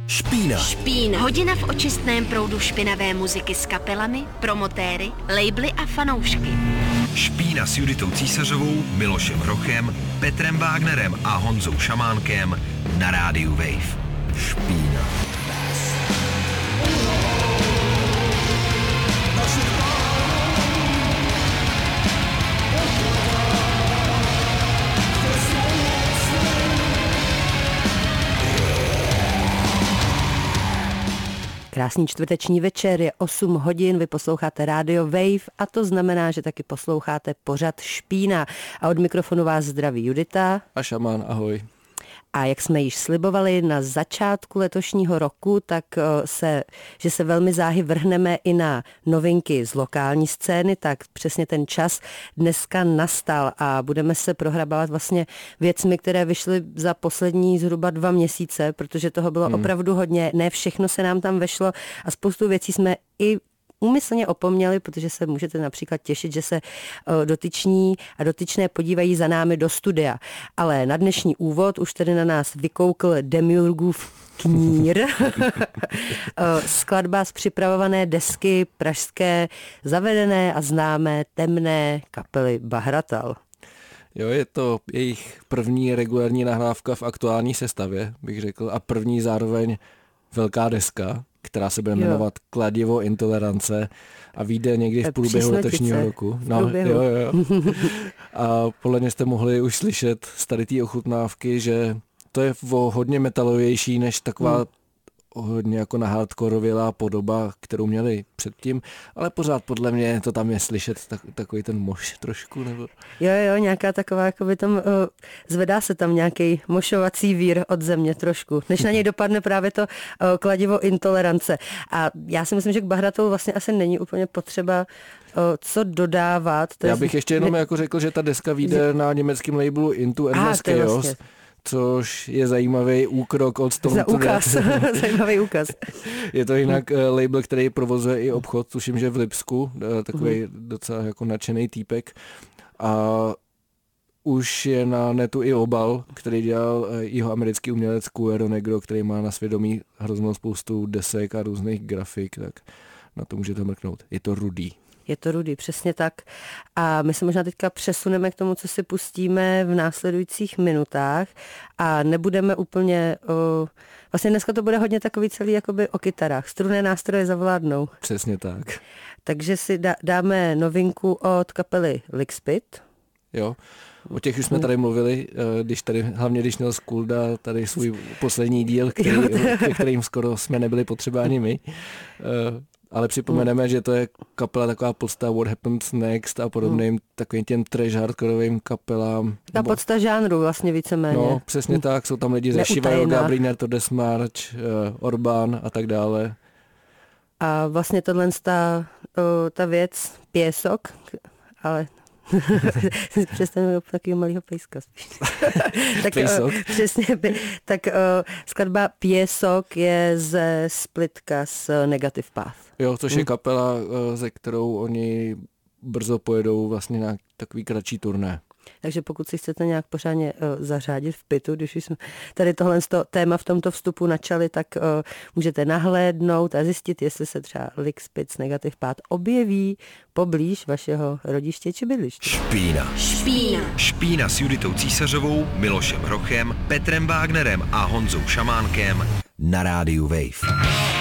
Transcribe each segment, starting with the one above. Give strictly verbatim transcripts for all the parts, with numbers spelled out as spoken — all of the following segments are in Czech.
Špína. Špína. Hodina v očistném proudu špinavé muziky s kapelami, promotéry, labely a fanoušky. Špína s Juditou Císařovou, Milošem Hrochem, Petrem Wagnerem a Honzou Šamánkem na rádiu Wave. Špína. Krásný čtvrteční večer, je osm hodin, vy posloucháte rádio Wave a to znamená, že taky posloucháte pořad Špína. A od mikrofonu vás zdraví Judita. A Šamán, ahoj. A jak jsme již slibovali na začátku letošního roku, tak se, že se velmi záhy vrhneme i na novinky z lokální scény, tak přesně ten čas dneska nastal a budeme se prohrabávat vlastně věcmi, které vyšly za poslední zhruba dva měsíce, protože toho bylo hmm. opravdu hodně, ne všechno se nám tam vešlo a spoustu věcí jsme i úmyslně opomněli, protože se můžete například těšit, že se dotyční a dotyčné podívají za námi do studia. Ale na dnešní úvod už tedy na nás vykoukl Demiurgův knír. Skladba z připravované desky pražské zavedené a známé temné kapely Bahratal. Jo, je to jejich první regulární nahrávka v aktuální sestavě, bych řekl, a první zároveň velká deska, která se bude jmenovat jo. Kladivo intolerance a vyjde někdy v průběhu letošního roku. No, jo, jo. A podle mě jste mohli už slyšet z tady té ochutnávky, že to je hodně metalovější než taková hmm. hodně jako na hardkorovělá podoba, kterou měli předtím, ale pořád podle mě to tam je slyšet tak, takový ten moš trošku, nebo... Jo, jo, nějaká taková, jako by tam, uh, zvedá se tam nějaký mošovací vír od země trošku, než na něj dopadne právě to uh, kladivo intolerance. A já si myslím, že k Bahratalu vlastně asi není úplně potřeba uh, co dodávat. To já je... bych ještě jenom ne... jako řekl, že ta deska vyjde na německém labelu Into Endless Chaos, vlastně... což je zajímavý úkrok od Storm Za úkaz, zajímavý úkaz. Je to jinak uh, label, který provozuje i obchod, tuším, že v Lipsku, uh, takový mm. docela jako nadšený týpek. A už je na netu i obal, který dělal uh, jeho americký umělec Cuero Negro, který má na svědomí hroznou spoustu desek a různých grafik, tak na to můžete mrknout. Je to rudý. Je to rudý, přesně tak. A my se možná teďka přesuneme k tomu, co si pustíme v následujících minutách a nebudeme úplně, o, vlastně dneska to bude hodně takový celý jakoby o kytarách. Strunné nástroje zavládnou. Přesně tak. Takže si dá, dáme novinku od kapely Lickspit. Jo, o těch už jsme tady mluvili, když tady, hlavně když měl Skulda tady svůj poslední díl, který, ke kterým skoro jsme nebyli potřeba ani my. Ale připomeneme, mm. že to je kapela taková podsta What Happens Next a podobným mm. takovým těm trash hardcorovým kapelám. Ta podsta žánru vlastně víceméně. No, přesně mm. tak, jsou tam lidi ze Shiva Yoga, Briner, to Desmarch, uh, Orbán a tak dále. A vlastně tohle ta, ta věc, Pěsok, ale... Představíme takového malého pejska spíš. tak, Pejsok. Uh, přesně, tak uh, skladba Pěsok je ze Splitka z Negative Path. Jo, což je kapela, uh, ze kterou oni brzo pojedou vlastně na takový kratší turné. Takže pokud si chcete nějak pořádně uh, zařádit v pitu, když jsme tady tohle téma v tomto vstupu načali, tak uh, můžete nahlédnout a zjistit, jestli se třeba Lickspit Negative Path objeví poblíž vašeho rodiště či bydliště. Špína. Špína. Špína s Juditou Císařovou, Milošem Hrochem, Petrem Wagnerem a Honzou Šamánkem na rádiu Wave.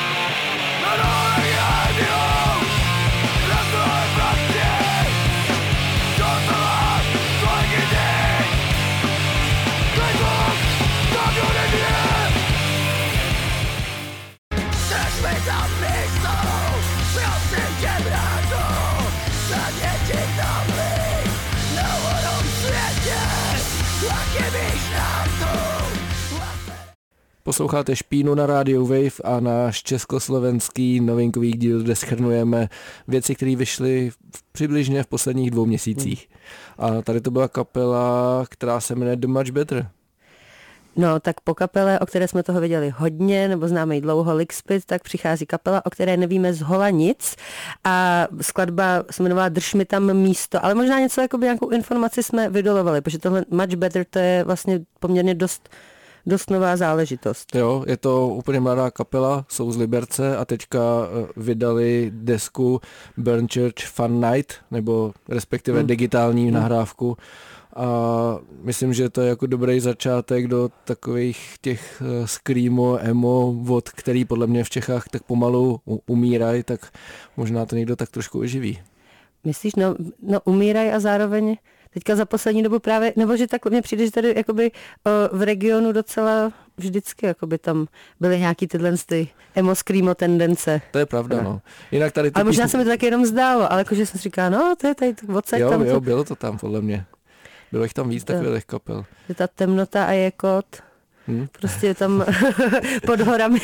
Posloucháte Špínu na rádiu Wave a náš československý novinkový díl, kde shrnujeme věci, které vyšly v přibližně v posledních dvou měsících. A tady to byla kapela, která se jmenuje The Much Better. No, tak po kapele, o které jsme toho viděli hodně, nebo známe ji dlouho, Lickspit, tak přichází kapela, o které nevíme zhola nic a skladba se jmenovala Drž mi tam místo, ale možná něco, jakoby nějakou informaci jsme vydolovali, protože tohle Much Better, to je vlastně poměrně dost dost nová záležitost. Jo, je to úplně mladá kapela, jsou z Liberce a teďka vydali desku Burn Church Fun Night, nebo respektive hmm. digitální hmm. nahrávku. A myslím, že to je jako dobrý začátek do takových těch screamo, emo vod, který podle mě v Čechách tak pomalu umírají, tak možná to někdo tak trošku oživí. Myslíš, no, no umírají a zároveň teďka za poslední dobu právě, nebo že tak mně přijde, že tady jakoby o, v regionu docela vždycky jakoby tam byly nějaký tyhle ty emo screamo tendence. To je pravda, no. Jinak tady ale možná písni... se mi to tak jenom zdálo, ale jakože jsem si říkala, no to je tady odsaď jo, tam. Jo, to... bylo to tam podle mě. Bylo jich tam víc to, takových kapel. Je ta temnota a je kot. Hmm? Prostě tam pod horami.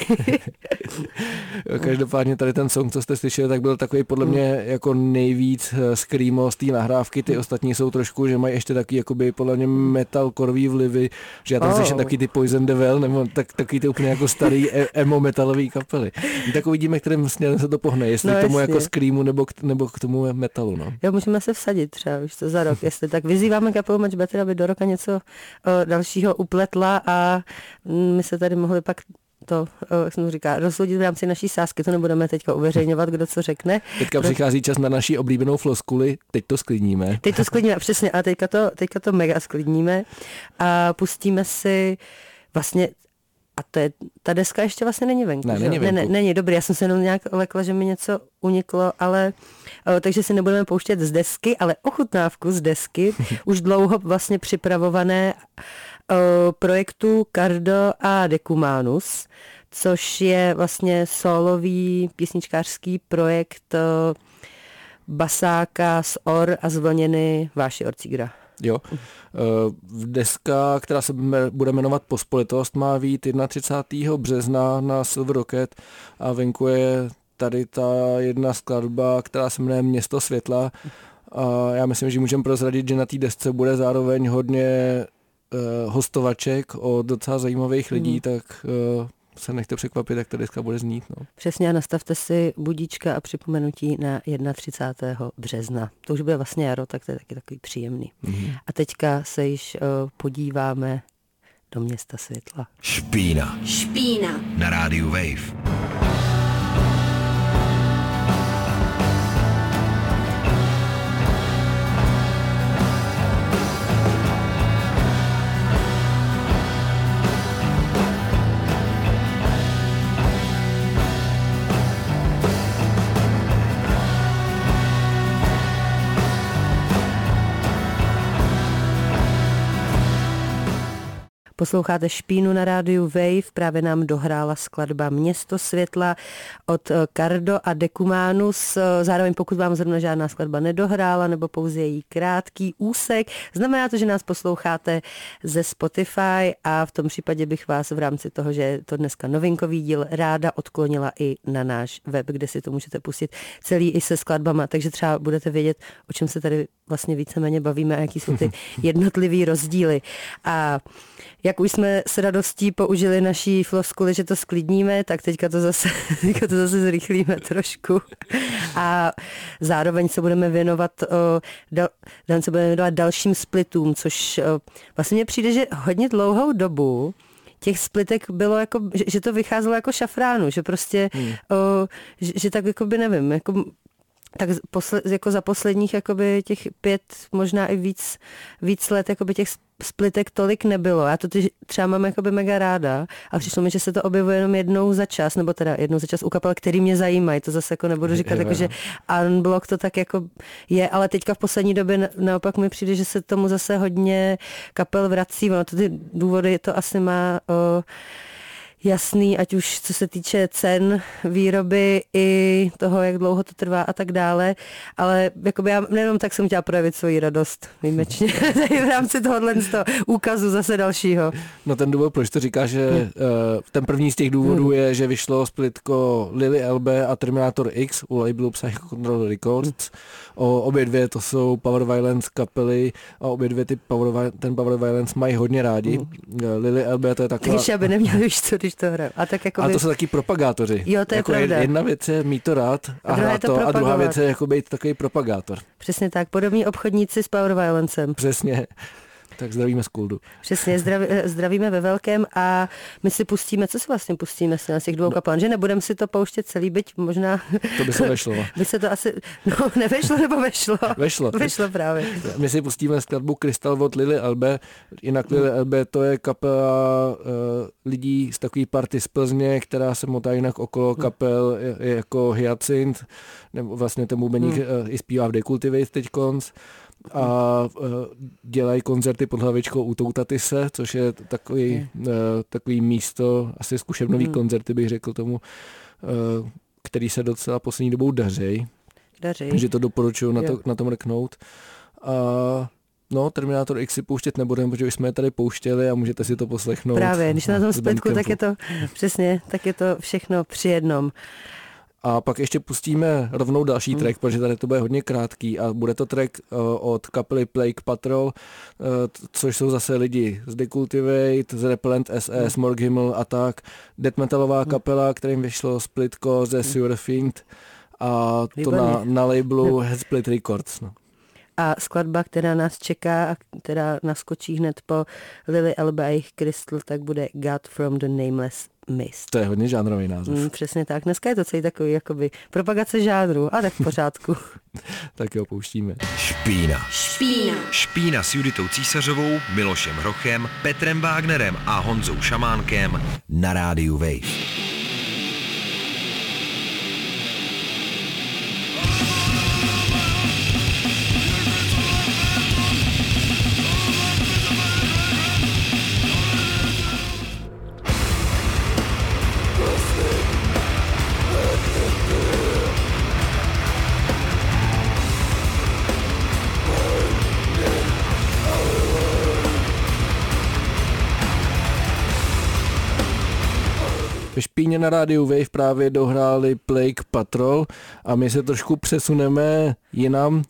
Každopádně tady ten song, co jste slyšeli, tak byl takový podle mě jako nejvíc screamo z té nahrávky. Ty ostatní jsou trošku, že mají ještě taky jakoby podle mě metalkorový vlivy, že já tam oh. slyším taky ty Poison the Well, nebo tak, taky ty úplně jako starý emo metalový kapely. Tak uvidíme, kterým směrem se to pohne, jestli no, k tomu jasně. jako screamu nebo k, nebo k tomu metalu. No. Jo, můžeme se vsadit třeba už to za rok, jestli tak vyzýváme kapelu Much Better, aby do roka něco o, dalšího upletla a my se tady mohli pak to, jak jsem to říká, rozhodit v rámci naší sázky, to nebudeme teďka uveřejňovat, kdo co řekne. Teďka Pro... přichází čas na naší oblíbenou floskuli, teď to sklidníme. Teď to sklidníme, přesně, a teďka to, teďka to mega sklidníme a pustíme si vlastně, a to je, ta deska ještě vlastně není venku. Ne, není venku. Ne, ne, není, dobrý, já jsem se jenom nějak lekla, že mi něco uniklo, ale o, takže si nebudeme pouštět z desky, ale ochutnávku z desky, už dlouho vlastně připravované o, projektu Cardo a Decumanus, což je vlastně solový písničkářský projekt o, basáka z Or a zvlněny Váši Orcigra. Jo. Deska, která se bude jmenovat Pospolitost, má být třicátého prvního března na Silver Rocket a venku je tady ta jedna skladba, která se jmenuje Město světla. A já myslím, že můžeme prozradit, že na té desce bude zároveň hodně uh, hostovaček od docela zajímavých lidí, mm. tak uh, se nechte překvapit, jak ta deska bude znít. No. Přesně a nastavte si budíčka a připomenutí na třicátého prvního března. To už bude vlastně jaro, tak to je taky takový příjemný. Mm-hmm. A teďka se již uh, podíváme do Města světla. Špína. Špína. Na rádiu Wave. Posloucháte Špínu na rádiu Wave, právě nám dohrála skladba Město světla od Cardo a Decumanus. Zároveň pokud vám zrovna žádná skladba nedohrála nebo pouze její krátký úsek, znamená to, že nás posloucháte ze Spotify a v tom případě bych vás v rámci toho, že je to dneska novinkový díl, ráda odklonila i na náš web, kde si to můžete pustit celý i se skladbama, takže třeba budete vědět, o čem se tady vlastně víceméně bavíme a jaký jsou ty jednotlivý rozdíly. A jak už jsme s radostí použili naší floskuli, že to sklidníme, tak teďka to zase, teďka to zase zrychlíme trošku. A zároveň se budeme věnovat, o, dal, se budeme věnovat dalším splitům, což o, vlastně mně přijde, že hodně dlouhou dobu těch splitek bylo jako, že, že to vycházelo jako šafránu, že prostě, hmm. o, že, že tak jako by nevím, jako tak posle, jako za posledních jakoby těch pět, možná i víc, víc let jakoby těch splitek tolik nebylo. Já to třeba mám jakoby mega ráda a přišlo mi, že se to objevuje jenom jednou za čas, nebo teda jednou za čas u kapel, který mě zajímají. To zase jako nebudu říkat, jako, že unblock to tak jako je, ale teďka v poslední době naopak mi přijde, že se tomu zase hodně kapel vrací. Ono to ty důvody to asi má o, jasný, ať už co se týče cen výroby i toho, jak dlouho to trvá a tak dále, ale jakoby já nejenom tak jsem chtěla projevit svoji radost výjimečně v rámci tohohle z toho úkazu zase dalšího. No ten důvod, proč to říká, že uh, ten první z těch důvodů hmm. je, že vyšlo splitko Lily L B a Terminator X u labelu Psycho Control Records. O, obě dvě to jsou Power Violence kapely a obě dvě ty Power, ten Power Violence mají hodně rádi. Hmm. Lily L B to je taková... Když aby neměli už co, když to hraju. A, tak jako a by... to jsou taky propagátoři. Jo, to je jako pravda. Jedna věc je mít to rád a, a hrát to, a druhá věc je jako být takový propagátor. Přesně tak, podobní obchodníci s Power Violencem. Přesně. tak zdravíme z Kuldu. Přesně, zdraví, zdravíme ve velkém a my si pustíme, co si vlastně pustíme z těch dvou no. kapel, že nebudeme si to pouštět celý, byť možná... To by se vešlo. By se to asi, no nevešlo nebo vešlo? Vešlo. Vešlo právě. My si pustíme skladbu Krystal od Lily Elbe, jinak Lily Elbe to je kapela uh, lidí z takový party z Plzně, která se motá jinak okolo kapel je, je jako Hyacint, nebo vlastně ten bubeník hmm. uh, i zpívá v Decultivate teďkonc. A uh, dělají koncerty pod hlavičkou u Toutatise, což je takový, uh, takový místo, asi zkušebnový mm. koncerty bych řekl tomu, uh, který se docela poslední dobou daří. Daří. Takže to doporučuji na, to, na tom reknout. A no, Terminátor X si pouštět nebudeme, protože už jsme je tady pouštěli a můžete si to poslechnout. Právě, když na tom splitku, tak je to přesně, tak je to všechno při jednom. A pak ještě pustíme rovnou další track, protože tady to bude hodně krátký a bude to track uh, od kapely Plague Patrol, uh, což jsou zase lidi z Decultivate, z Repellent S S, mm. Morg Himmel a tak. Death metalová kapela, kterým vyšlo splitko ze Sewer Fiend a to na, na labelu Headsplit Records. No. A skladba, která nás čeká a která naskočí hned po Lily Elbe a jejich Crystal, tak bude God from the Nameless Mist. To je hodně žánrový název. Mm, přesně tak. Dneska je to celý takový jakoby propagace žánru, a tak v pořádku. Tak jo, pouštíme. Špína. Špína. Špína s Juditou Císařovou, Milošem Hrochem, Petrem Wagnerem a Honzou Šamánkem na rádiu Wave. Ve Špíně na rádiu Wave právě dohráli Plague Patrol a my se trošku přesuneme jinam,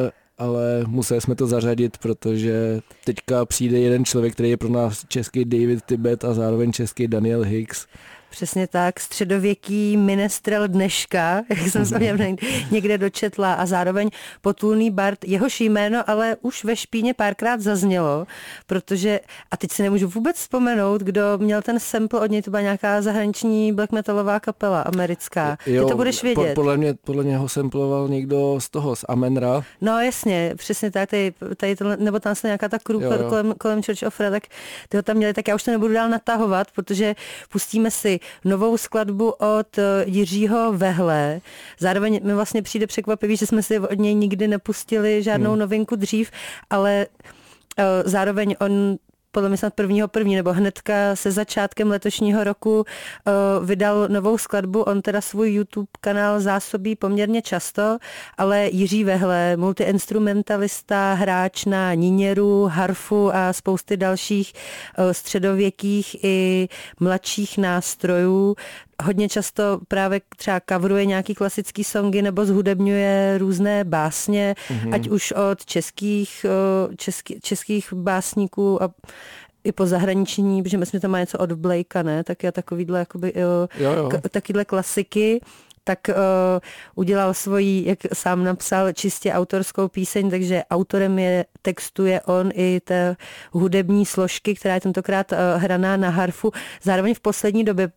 ale museli jsme to zařadit, protože teďka přijde jeden člověk, který je pro nás český David Tibet a zároveň český Daniel Hicks. Přesně tak, středověký minestrel dneška, jak jsem se někde dočetla, a zároveň potulný bard, jehož jméno ale už ve Špíně párkrát zaznělo, protože, a teď si nemůžu vůbec vzpomenout, kdo měl ten sample od něj, to byla nějaká zahraniční black metalová kapela, americká. Jo, ty to budeš vědět. Po, podle, mě, podle něho samploval někdo z toho, z Amenra. No jasně, přesně tak, tady, tady to, nebo tam se nějaká ta crew kolem, kolem Church of Rad, tak ty ho tam měli, tak já už to nebudu dál natahovat, protože pustíme si novou skladbu od Jiřího Vehle. Zároveň mi vlastně přijde překvapivý, že jsme si od něj nikdy nepustili žádnou hmm. novinku dřív, ale uh, zároveň on podle mě snad prvního první, nebo hnedka se začátkem letošního roku uh, vydal novou skladbu. On teda svůj YouTube kanál zásobí poměrně často, ale Jiří Vehle, multiinstrumentalista, hráč na níněru, harfu a spousty dalších uh, středověkých i mladších nástrojů. Hodně často právě třeba coveruje nějaký klasický songy nebo zhudebňuje různé básně, mm-hmm. ať už od českých, český, českých básníků a i po zahraniční, protože myslím, že tam má něco od Blakea, ne? Tak je takovýhle, jakoby, jo, jo. K, takovýhle klasiky. Tak uh, udělal svoji, jak sám napsal, čistě autorskou píseň, takže autorem je, textuje on i té hudební složky, která je tentokrát uh, hraná na harfu. Zároveň v poslední době,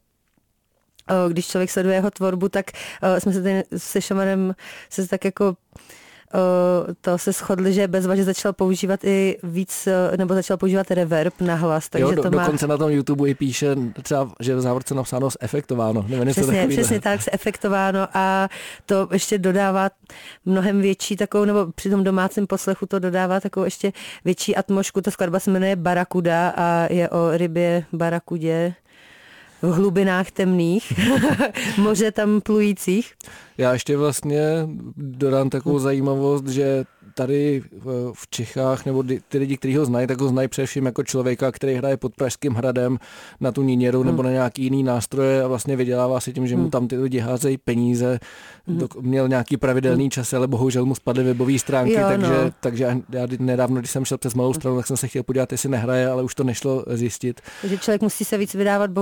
když člověk sleduje jeho tvorbu, tak uh, jsme se tady se Šamanem se tak jako uh, to se shodli, že bezvažně začal používat i víc, uh, nebo začal používat reverb na hlas. Takže jo, do, to má... dokonce na tom YouTube i píše třeba, že v závorce napsáno zefektováno. Nevím, přesně, přesně tak, zefektováno a to ještě dodává mnohem větší takovou, nebo při tom domácím poslechu to dodává takovou ještě větší atmosféru. Ta skladba se jmenuje Barakuda a je o rybě barakudě v hlubinách temných, moře tam plujících. Já ještě vlastně dodám takovou zajímavost, že tady v Čechách, nebo ty lidi, kteří ho znají, tak ho znají především jako člověka, který hraje pod Pražským hradem na tu níněru hmm. nebo na nějaký jiný nástroje a vlastně vydělává si tím, že mu tam ty lidi házejí peníze. Hmm. Měl nějaký pravidelný čas, ale bohužel mu spadly webové stránky, jo, takže, no. takže já nedávno, když jsem šel přes Malou Stranu, tak jsem se chtěl podívat, jestli nehraje, ale už to nešlo zjistit. Takže člověk musí se víc vydávat bohužel na to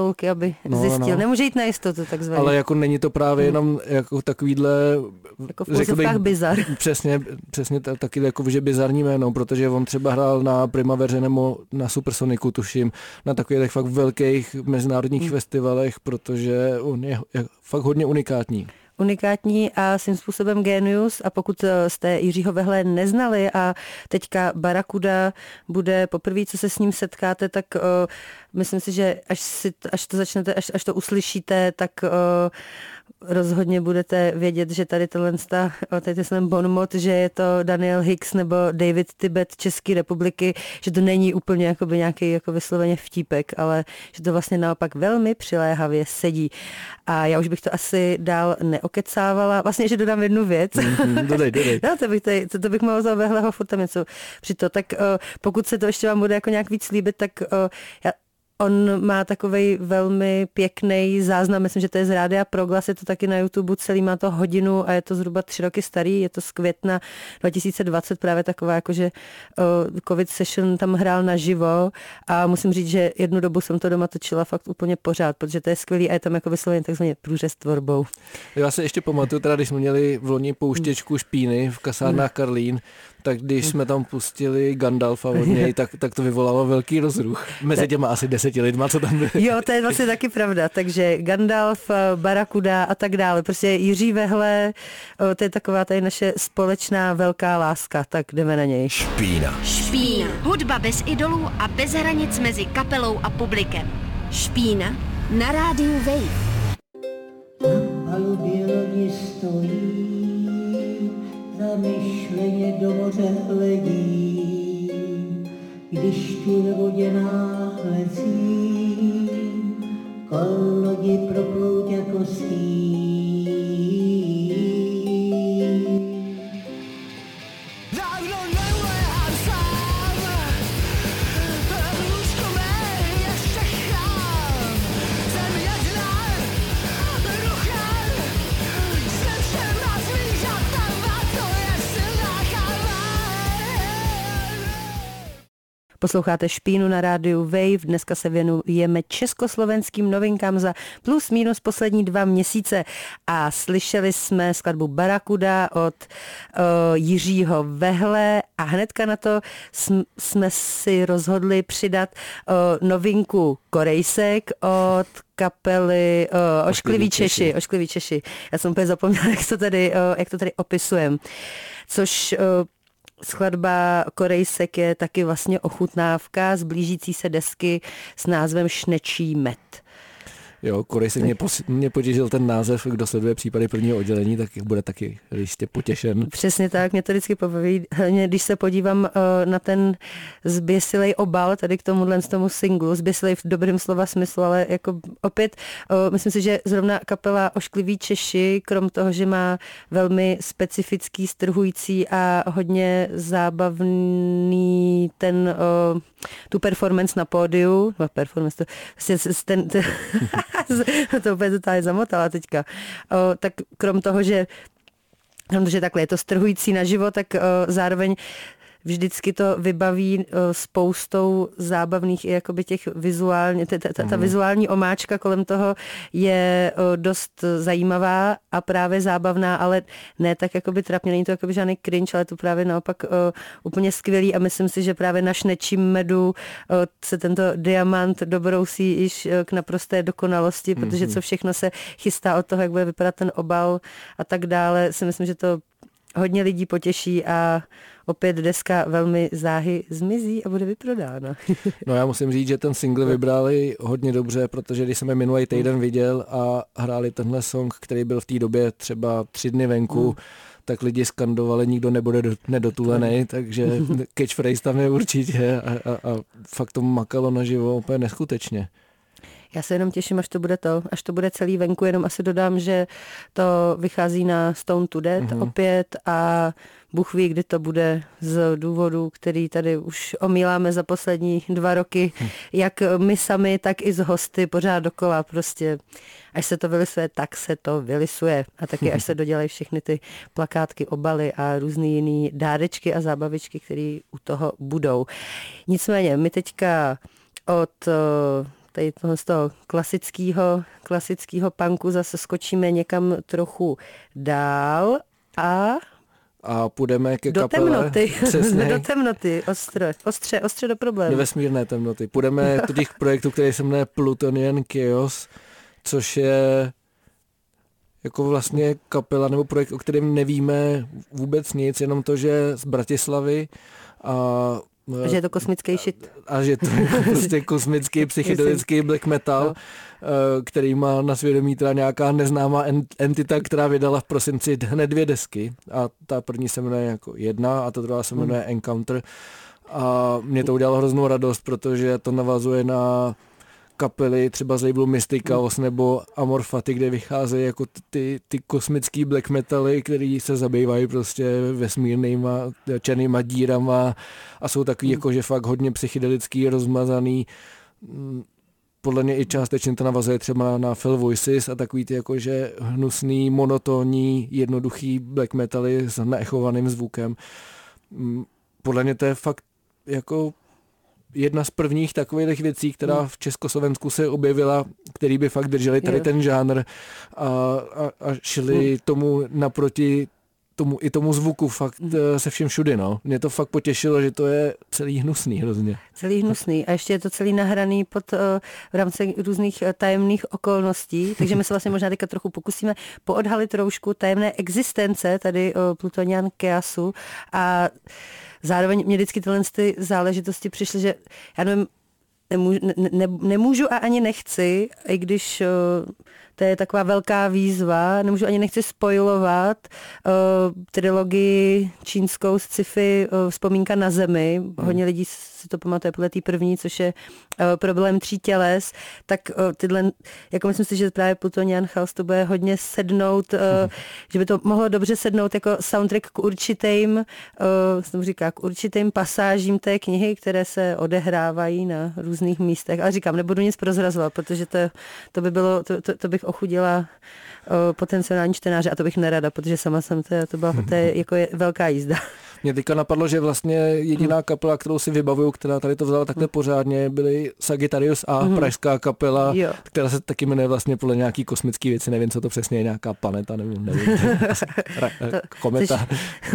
pistolky, aby no, zjistil. No. Nemůže jít na jistotu, takzvaně. Ale jako není to právě jenom jako takovýhle... Jako v úzovkách bizar. Přesně, přesně t- taky jako, že bizarní jméno, protože on třeba hrál na Primaveře nebo na Supersoniku, tuším, na takových fakt velkých mezinárodních hmm. festivalech, protože on je, je fakt hodně unikátní. Unikátní a svým způsobem génius, a pokud jste Jiřího Vehle neznali a teďka Barakuda bude poprvé, co se s ním setkáte, tak uh, myslím si, že až, si, až to začnete, až, až to uslyšíte, tak uh, rozhodně budete vědět, že tady tohle tady ten bon mot, že je to Daniel Hicks nebo David Tibet České republiky, že to není úplně jakoby nějaký jako vysloveně vtípek, ale že to vlastně naopak velmi přiléhavě sedí. A já už bych to asi dál neokecávala. Vlastně, že dodám jednu věc. Mm-hmm, dodej, dodej. No, to bych, tady, to, to bych mohla za Vehleho furt tam něco přito. Tak uh, pokud se to ještě vám bude jako nějak víc líbit, tak uh, já on má takovej velmi pěkný záznam, myslím, že to je z Rádia Proglas, je to taky na YouTube, celý má to hodinu a je to zhruba tři roky starý, je to z května dva tisíce dvacet, právě taková jakože uh, covid session tam hrál naživo a musím říct, že jednu dobu jsem to doma točila fakt úplně pořád, protože to je skvělý a je tam jako vysloveně takzvaně průřez tvorbou. Já se ještě pamatuju, teda když jsme měli v loni pouštěčku Špíny v kasárnách Karlín, tak když jsme tam pustili Gandalfa od něj, tak, tak to vyvolalo velký rozruch mezi těma asi deseti lidma, co tam byli. Jo, to je vlastně taky pravda, takže Gandalf, Barakuda a tak dále. Prostě Jiří Vehle, to je taková tady naše společná velká láska, tak jdeme na něj. Špína. Špína. Hudba bez idolů a bez hranic mezi kapelou a publikem. Špína na rádiu Wave. Na palubě lodi stojí, zamyšleně do moře hledí, když tu ve vodě náhlezí, kol lodi proplout jako stín. Dávno neuléhám sám, lůžko mé ještě chrám, jsem jedna, rucha, jsem všema zvířatama, to je silná káva. Posloucháte Špínu na rádiu Wave, dneska se věnujeme československým novinkám za plus minus poslední dva měsíce a slyšeli jsme skladbu Barakuda od uh, Jiřího Vehle a hnedka na to sm- jsme si rozhodli přidat uh, novinku Korejsek od kapely uh, Oškliví Češi. Oškliví Češi. Já jsem úplně zapomněla, jak to tady, uh, jak to tady opisujem. Což uh, skladba Korejsek je taky vlastně ochutnávka z blížící se desky s názvem Šnečí med. Jo, Korejsek mě, pos- mě potěšil ten název, kdo sleduje případy prvního oddělení, tak bude taky jistě potěšen. Přesně tak, mě to vždycky pobaví, hlavně když se podívám uh, na ten zběsilej obal, tady k tomuhle z tomu singlu, zběsilej v dobrém slova smyslu, ale jako opět, uh, myslím si, že zrovna kapela Oškliví Češi, krom toho, že má velmi specifický, strhující a hodně zábavný ten, uh, tu performance na pódiu, no performance, to, ten, ten to úplně totálně zamotala teďka. O, tak krom toho, že, krom toho, že takhle je to strhující naživo, tak o, zároveň vždycky to vybaví spoustou zábavných i jakoby těch vizuálně, ta, ta, ta vizuální omáčka kolem toho je dost zajímavá a právě zábavná, ale ne tak jakoby trapně, není to jakoby žádný cringe, ale to právě naopak úplně skvělý a myslím si, že právě na Šnečím medu se tento diamant dobrousí již k naprosté dokonalosti, protože co všechno se chystá od toho, jak bude vypadat ten obal a tak dále, si myslím, že to hodně lidí potěší a opět deska velmi záhy zmizí a bude vyprodána. No já musím říct, že ten single vybrali hodně dobře, protože když jsem je minulý týden viděl a hráli tenhle song, který byl v té době třeba tři dny venku, mm. tak lidi skandovali, nikdo nebude do, nedotulený, takže catchphrase tam je určitě a, a, a fakt to makalo naživo úplně neskutečně. Já se jenom těším, až to bude to, až to bude celý venku, jenom asi dodám, že to vychází na Stone to Death mm-hmm. opět a Bůh ví, kdy to bude z důvodu, který tady už omíláme za poslední dva roky, hm. jak my sami, tak i z hosty pořád dokola. Prostě až se to vylisuje, tak se to vylisuje. A taky až se dodělají všechny ty plakátky, obaly a různý jiný dárečky a zábavičky, které u toho budou. Nicméně, my teďka od tady toho z toho klasického, klasického punku zase skočíme někam trochu dál a... A půjdeme ke do kapele. Temnoty. Přesně. Do temnoty, ostře, ostře, ostře do problému. Do vesmírné temnoty. Půjdeme do těch projektů, který se jmenuje Plutonian Chaos, což je jako vlastně kapela nebo projekt, o kterém nevíme vůbec nic, jenom to, že z Bratislavy a A že je to kosmický shit. A, a že to je prostě kosmický, psychedelický black metal, no. který má na svědomí teda nějaká neznámá entita, která vydala v prosinci hned dvě desky. A ta první se jmenuje jako jedna a ta druhá se jmenuje hmm. Encounter. A mě to udělalo hroznou radost, protože to navazuje na kapely třeba z labelu Mystic Chaos nebo Amor Fati, kde vycházejí jako ty, ty kosmický black metaly, který se zabývají prostě vesmírnýma černýma dírama a jsou takový mm. jako, že fakt hodně psychedelický, rozmazaný. Podle mě i částečně to navazuje třeba na Fell Voices a takový ty jako, že hnusný, monotónní, jednoduchý black metaly s naechovaným zvukem. Podle mě to je fakt jako jedna z prvních takových věcí, která v Československu se objevila, který by fakt drželi tady jo. ten žánr a, a, a šli tomu naproti tomu, i tomu zvuku fakt se všem všudy, no. Mě to fakt potěšilo, že to je celý hnusný hrozně. Celý hnusný a ještě je to celý nahraný pod, uh, v rámci různých uh, tajemných okolností, takže my se vlastně možná teďka trochu pokusíme poodhalit troušku tajemné existence tady uh, Plutonian Chaosu a zároveň mě vždycky tyhle ty záležitosti přišly, že já nevím, nemůžu, ne, ne, nemůžu a ani nechci, i když uh, to je taková velká výzva, nemůžu ani nechci spoilovat uh, trilogii čínskou sci-fi uh, Vzpomínka na zemi. Hmm. Hodně lidí si to pamatuje podle té první, což je uh, Problém tří těles. Tak uh, tyhle, jako myslím si, že právě Plutonian Chaos to bude hodně sednout, uh, hmm. že by to mohlo dobře sednout jako soundtrack k určitým, uh, se tomu říká, k určitým pasážím té knihy, které se odehrávají na různých místech. Ale říkám, nebudu nic prozrazovat, protože to, to by bylo, to, to, to bych ochudila uh, potenciální čtenáře a to bych nerada, protože sama jsem to, to byla to je, jako je velká jízda. Mě teďka napadlo, že vlastně jediná kapela, kterou si vybavuju, která tady to vzala takhle pořádně, byly Sagittarius A, mm. pražská kapela, jo. která se taky jmenuje vlastně podle nějaký kosmický věci, nevím, co to přesně je, nějaká planeta, nevím, nevím, kometa.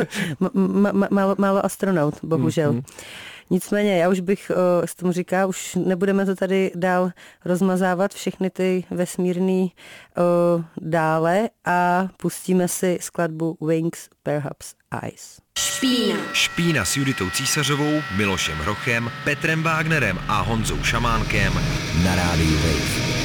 Málo, málo astronaut, bohužel. Mm. Nicméně, já už bych, s tomu říká, už nebudeme to tady dál rozmazávat, všechny ty vesmírný o, dále a pustíme si skladbu Wings, Perhaps Eyes. Špína. Špína s Juditou Císařovou, Milošem Hrochem, Petrem Wagnerem a Honzou Šamánkem na rádiu Wave.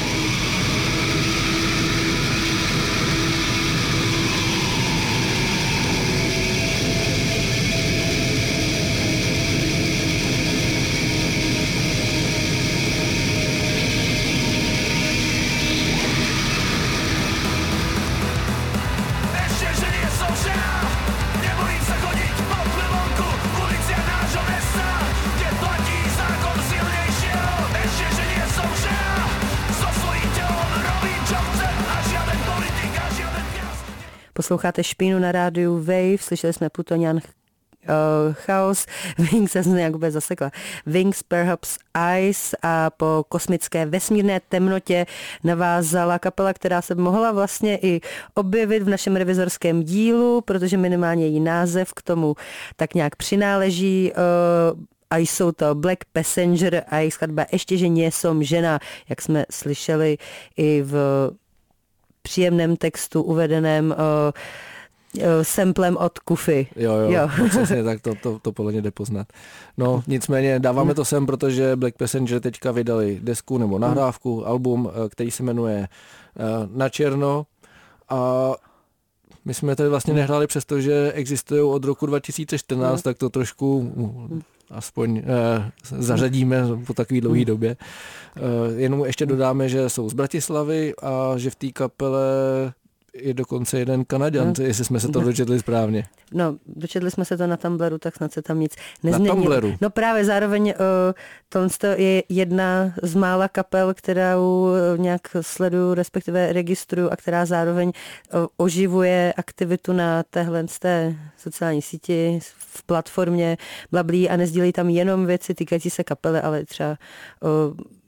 Posloucháte Špínu na rádiu Wave, slyšeli jsme Plutonian Uh, Chaos, Wings, já jsem nějak vůbec zasekla. Wings, Perhaps Eyes a po kosmické vesmírné temnotě navázala kapela, která se mohla vlastně i objevit v našem revizorském dílu, protože minimálně její název k tomu tak nějak přináleží. Uh, a jsou to Black Passenger a jejich skladba Ještě, že nie som žena, jak jsme slyšeli i v příjemném textu uvedeném uh, samplem od Kufy. Jo, jo, jo. No, přesně tak, to, to, to podle mě jde poznat. No, nicméně dáváme to sem, protože Black Passenger teďka vydali desku nebo nahrávku, album, který se jmenuje uh, Na černo a my jsme tady vlastně nehráli, přestože existují od roku dva tisíce čtrnáct, mm. tak to trošku uh, aspoň uh, zařadíme po takové dlouhé době. Uh, jenom ještě dodáme, že jsou z Bratislavy a že v té kapele je dokonce jeden Kanaďan, no. jestli jsme se to dočetli správně. No, dočetli jsme se to na Tumblru, tak snad se tam nic nezměnilo. Na Tumblru? No právě zároveň uh, to je jedna z mála kapel, kterou uh, nějak sleduju, respektive registruju a která zároveň uh, oživuje aktivitu na téhle z té sociální síti, v platformě blablí a nezdílí tam jenom věci týkající se kapely, ale třeba uh,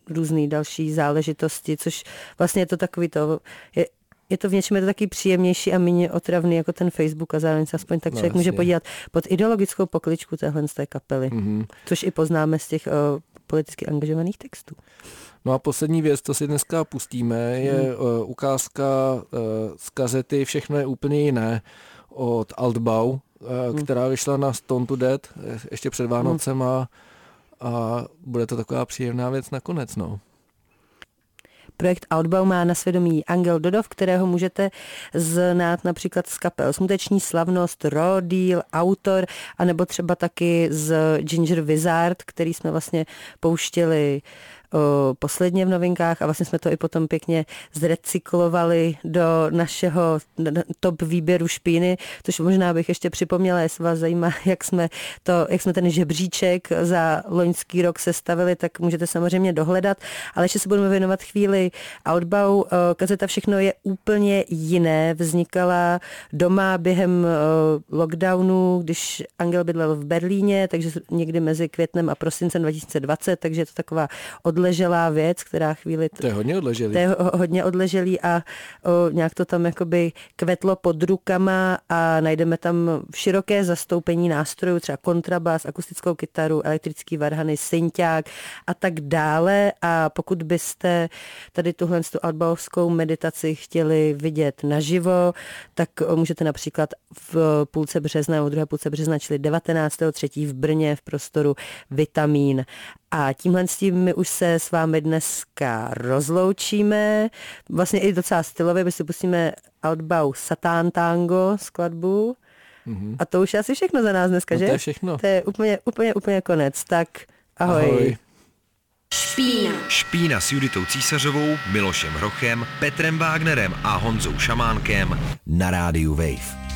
různé další záležitosti, což vlastně je to takový to, je, je to v něčem je to taky příjemnější a méně otravný jako ten Facebook a zároveň se aspoň tak člověk no, může podívat pod ideologickou pokličku téhle z té kapely, mm-hmm. což i poznáme z těch o, politicky angažovaných textů. No a poslední věc, to si dneska pustíme, je hmm. uh, ukázka uh, z kazety Všechno je úplně jiné od Altbau, uh, hmm. která vyšla na Stone to Death ještě před Vánocem hmm. a, a bude to taková příjemná věc nakonec. No. Projekt Altbau má na svědomí Angel Dodov, kterého můžete znát například z kapel Smuteční slavnost, Raw Deal, Autor, anebo třeba taky z Ginger Wizard, který jsme vlastně pouštěli o, posledně v novinkách a vlastně jsme to i potom pěkně zrecyklovali do našeho top výběru Špíny, což možná bych ještě připomněla, jestli vás zajímá, jak jsme, to, jak jsme ten žebříček za loňský rok sestavili, tak můžete samozřejmě dohledat, ale ještě se budeme věnovat chvíli Altbau. Kazeta Všechno je úplně jiné, vznikala doma během lockdownu, když Angel bydlel v Berlíně, takže někdy mezi květnem a prosincem dva tisíce dvacet, takže je to taková odleželá věc, která chvíli... To je hodně odleželý. To je hodně odleželý a o, nějak to tam jakoby kvetlo pod rukama a najdeme tam široké zastoupení nástrojů, třeba kontrabas, akustickou kytaru, elektrický varhany, synťák a tak dále. A pokud byste tady tuhle tu altbauskou meditaci chtěli vidět naživo, tak můžete například v půlce března, nebo druhé půlce března, čili devatenáctého třetího v Brně v prostoru Vitamin. A tímhle s tím my už se s vámi dneska rozloučíme. Vlastně i docela stylově, my si pustíme Altbau Satán Tango skladbu. Mm-hmm. A to už je asi všechno za nás dneska, no, že? To je všechno. To je úplně, úplně, úplně konec. Tak ahoj. ahoj. Špína. Špína s Juditou Císařovou, Milošem Hrochem, Petrem Vágnerem a Honzou Šamánkem na rádiu Wave.